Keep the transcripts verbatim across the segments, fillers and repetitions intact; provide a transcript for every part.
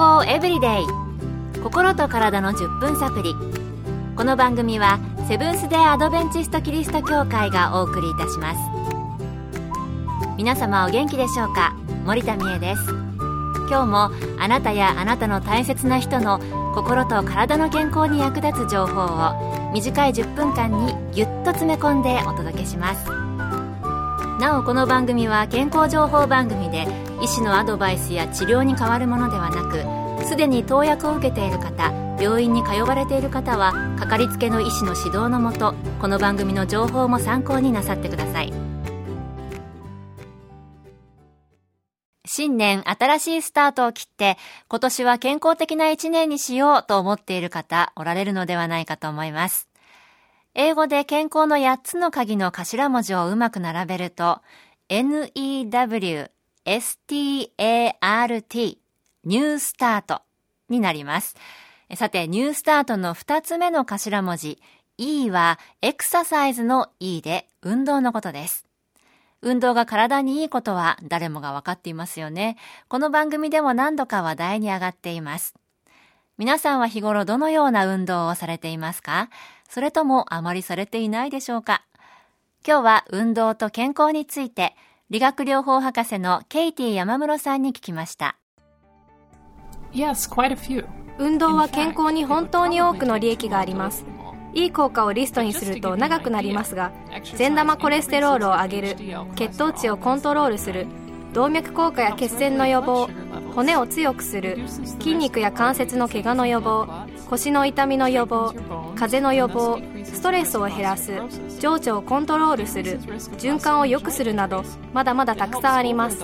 康エブリデイ、心と体のじゅっぷんサプリ。この番組はセブンス・デー・アドベンチスト・キリスト教会がお送りいたします。皆様お元気でしょうか。森田美恵です。今日もあなたやあなたの大切な人の心と体の健康に役立つ情報を短いじゅっぷんかんにぎゅっと詰め込んでお届けします。なおこの番組は健康情報番組で医師のアドバイスや治療に代わるものではなく、すでに投薬を受けている方、病院に通われている方はかかりつけの医師の指導のもと、この番組の情報も参考になさってください。新年新しいスタートを切って今年は健康的な一年にしようと思っている方おられるのではないかと思います。英語で健康のやっつの鍵の頭文字をうまく並べると ニュースタート ニュースタートになります。さてニュースタートの二つ目の頭文字 E はエクササイズの E で運動のことです。運動が体にいいことは誰もが分かっていますよね。この番組でも何度か話題に上がっています。皆さんは日頃どのような運動をされていますか？それともあまりされていないでしょうか？今日は運動と健康について理学療法博士のケイティ山室さんに聞きました。 Yes, quite a few. 運動は健康に本当に多くの利益があります。いい効果をリストにすると長くなりますが、善玉コレステロールを上げる、血糖値をコントロールする、動脈硬化や血栓の予防、骨を強くする、筋肉や関節の怪我の予防、腰の痛みの予防、風邪の予防、ストレスを減らす、情緒をコントロールする、循環を良くするなど、まだまだたくさんあります。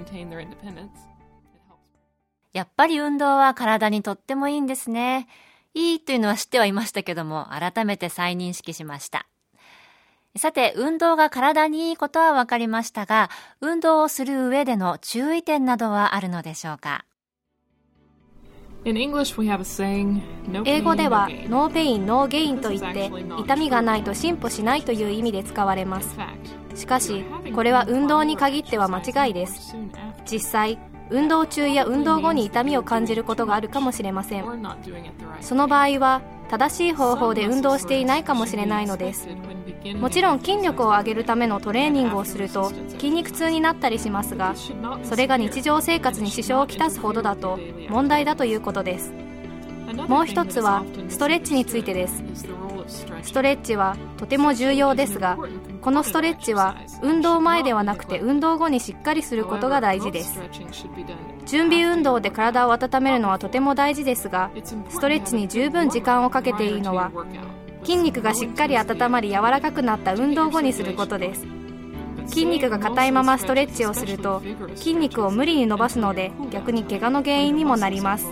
やっぱり運動は体にとってもいいんですね。いいというのは知ってはいましたけども、改めて再認識しました。さて、運動が体にいいことは分かりましたが、運動をする上での注意点などはあるのでしょうか。 In English, we have a saying, no 英語では pain, No pain, no gain と言って痛みがないと進歩しないという意味で使われます。しかしこれは運動に限っては間違いです。実際運動中や運動後に痛みを感じることがあるかもしれません。その場合は正しい方法で運動していないかもしれないのです。もちろん筋力を上げるためのトレーニングをすると筋肉痛になったりしますが、それが日常生活に支障をきたすほどだと問題だということです。もう一つはストレッチについてです。ストレッチはとても重要ですが、このストレッチは運動前ではなくて運動後にしっかりすることが大事です。準備運動で体を温めるのはとても大事ですが、ストレッチに十分時間をかけていいのは筋肉がしっかり温まり柔らかくなった運動後にすることです。筋肉が硬いままストレッチをすると筋肉を無理に伸ばすので逆に怪我の原因にもなります。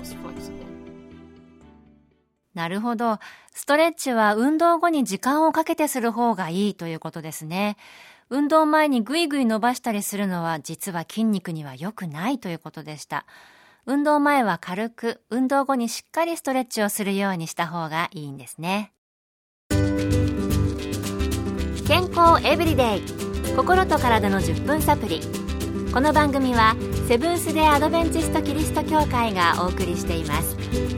なるほど。ストレッチは運動後に時間をかけてする方がいいということですね。運動前にぐいぐい伸ばしたりするのは実は筋肉には良くないということでした。運動前は軽く、運動後にしっかりストレッチをするようにした方がいいんですね。健康エブリデイ、心と体のじゅっぷんサプリ。この番組はセブンス・デー・アドベンチスト・キリスト教会がお送りしています。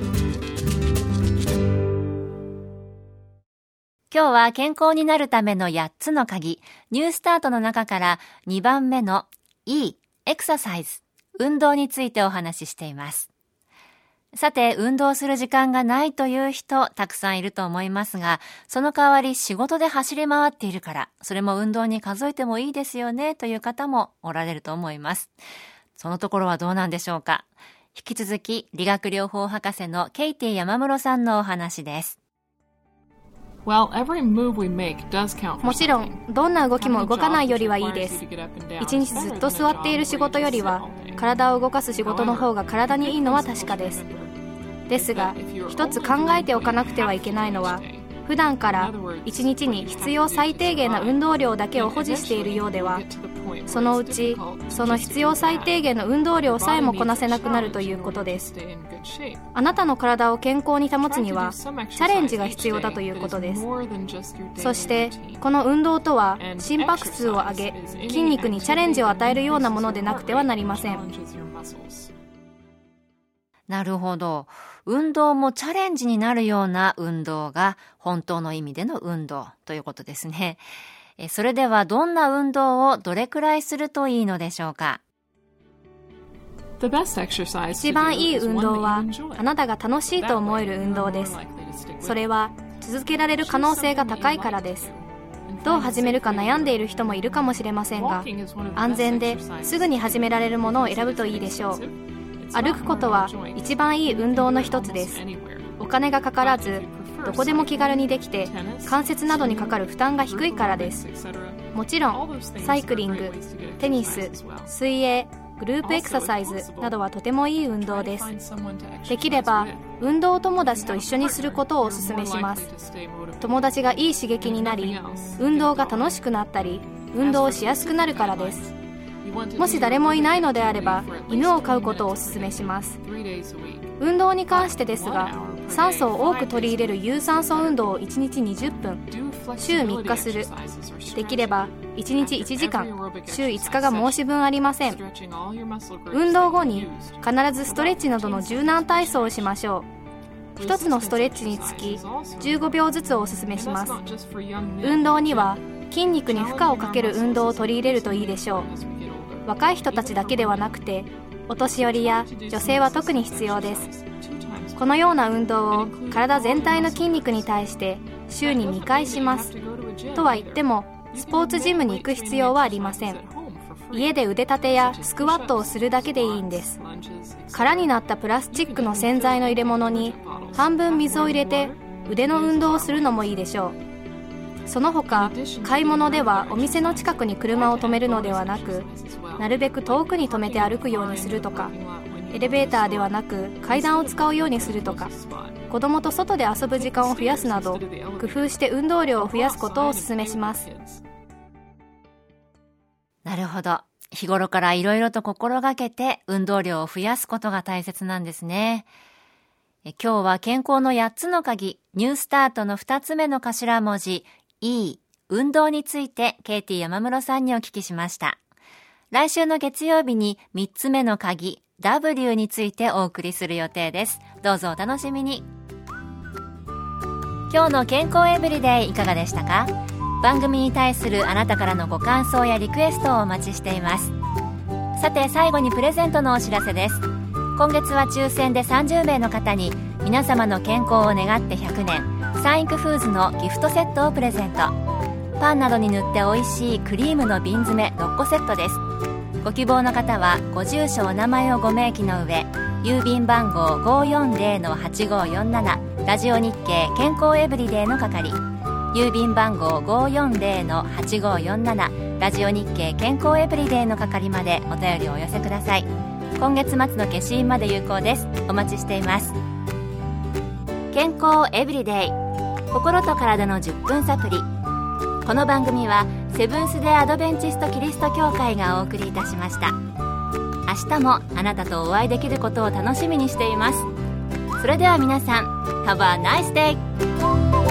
今日は健康になるためのやっつの鍵、ニュースタートの中からにばんめの E、エクササイズ、運動についてお話ししています。さて、運動する時間がないという人たくさんいると思いますが、その代わり仕事で走り回っているから、それも運動に数えてもいいですよねという方もおられると思います。そのところはどうなんでしょうか。引き続き理学療法博士のケイティ山室さんのお話です。 Well, every move we make does count for もちろんどんな動きも動かないよりはいいです。一日ずっと座っている仕事よりは体を動かす仕事の方が体にいいのは確かです。ですが一つ考えておかなくてはいけないのは、普段から一日に必要最低限な運動量だけを保持しているようでは、そのうちその必要最低限の運動量さえもこなせなくなるということです。あなたの体を健康に保つにはチャレンジが必要だということです。そしてこの運動とは心拍数を上げ筋肉にチャレンジを与えるようなものでなくてはなりません。 なるほど。運動もチャレンジになるような運動が本当の意味での運動ということですね。それではどんな運動をどれくらいするといいのでしょうか。 一番いい運動はあなたが楽しいと思える運動です。それは続けられる可能性が高いからです。どう始めるか悩んでいる人もいるかもしれませんが、安全ですぐに始められるものを選ぶといいでしょう。歩くことは一番いい運動の一つです。お金がかからず、どこでも気軽にできて、関節などにかかる負担が低いからです。もちろんサイクリング、テニス、水泳、グループエクササイズなどはとてもいい運動です。できれば運動友達と一緒にすることをお勧めします。友達がいい刺激になり、運動が楽しくなったり、運動をしやすくなるからです。もし誰もいないのであれば、犬を飼うことをお勧めします。運動に関してですが、酸素を多く取り入れる有酸素運動をいちにちにじゅっぷん、週みっかする。できればいちにちいちじかん、週いつかが申し分ありません。運動後に必ずストレッチなどの柔軟体操をしましょう。一つのストレッチにつきじゅうごびょうずつをお勧めします。運動には筋肉に負荷をかける運動を取り入れるといいでしょう。若い人たちだけではなくて、お年寄りや女性は特に必要です。このような運動を体全体の筋肉に対して週ににかいします。とは言ってもスポーツジムに行く必要はありません。家で腕立てやスクワットをするだけでいいんです。空になったプラスチックの洗剤の入れ物に半分水を入れて腕の運動をするのもいいでしょう。その他、買い物ではお店の近くに車を止めるのではなく、なるべく遠くに止めて歩くようにするとか、エレベーターではなく階段を使うようにするとか、子供と外で遊ぶ時間を増やすなど、工夫して運動量を増やすことをお勧めします。 なるほど。日頃からいろいろと心がけて運動量を増やすことが大切なんですね。え今日は健康のやっつの鍵、ニュースタートのふたつめの頭文字 E、運動についてケイティ山室さんにお聞きしました。来週の月曜日にみっつめの鍵、W についてお送りする予定です。どうぞお楽しみに。今日の健康エブリデイいかがでしたか？番組に対するあなたからのご感想やリクエストをお待ちしています。さて最後にプレゼントのお知らせです。今月は抽選でさんじゅうめいの方に皆様の健康を願ってひゃくねんサンイクフーズのギフトセットをプレゼント。パンなどに塗って美味しいクリームの瓶詰めろっこセットです。ご希望の方はご住所お名前をご明記の上、郵便番号 ごーよんぜろのはちごーよんなな ラジオ日経健康エブリデイの係、郵便番号 ごーよんぜろのはちごーよんなな ラジオ日経健康エブリデイの係までお便りをお寄せください。今月末の消印まで有効です。お待ちしています。健康エブリデイ、心と体のじゅっぷんサプリ。この番組はセブンス・デ・アドベンチスト・キリスト教会がお送りいたしました。明日もあなたとお会いできることを楽しみにしています。それでは皆さん、Have a nice day!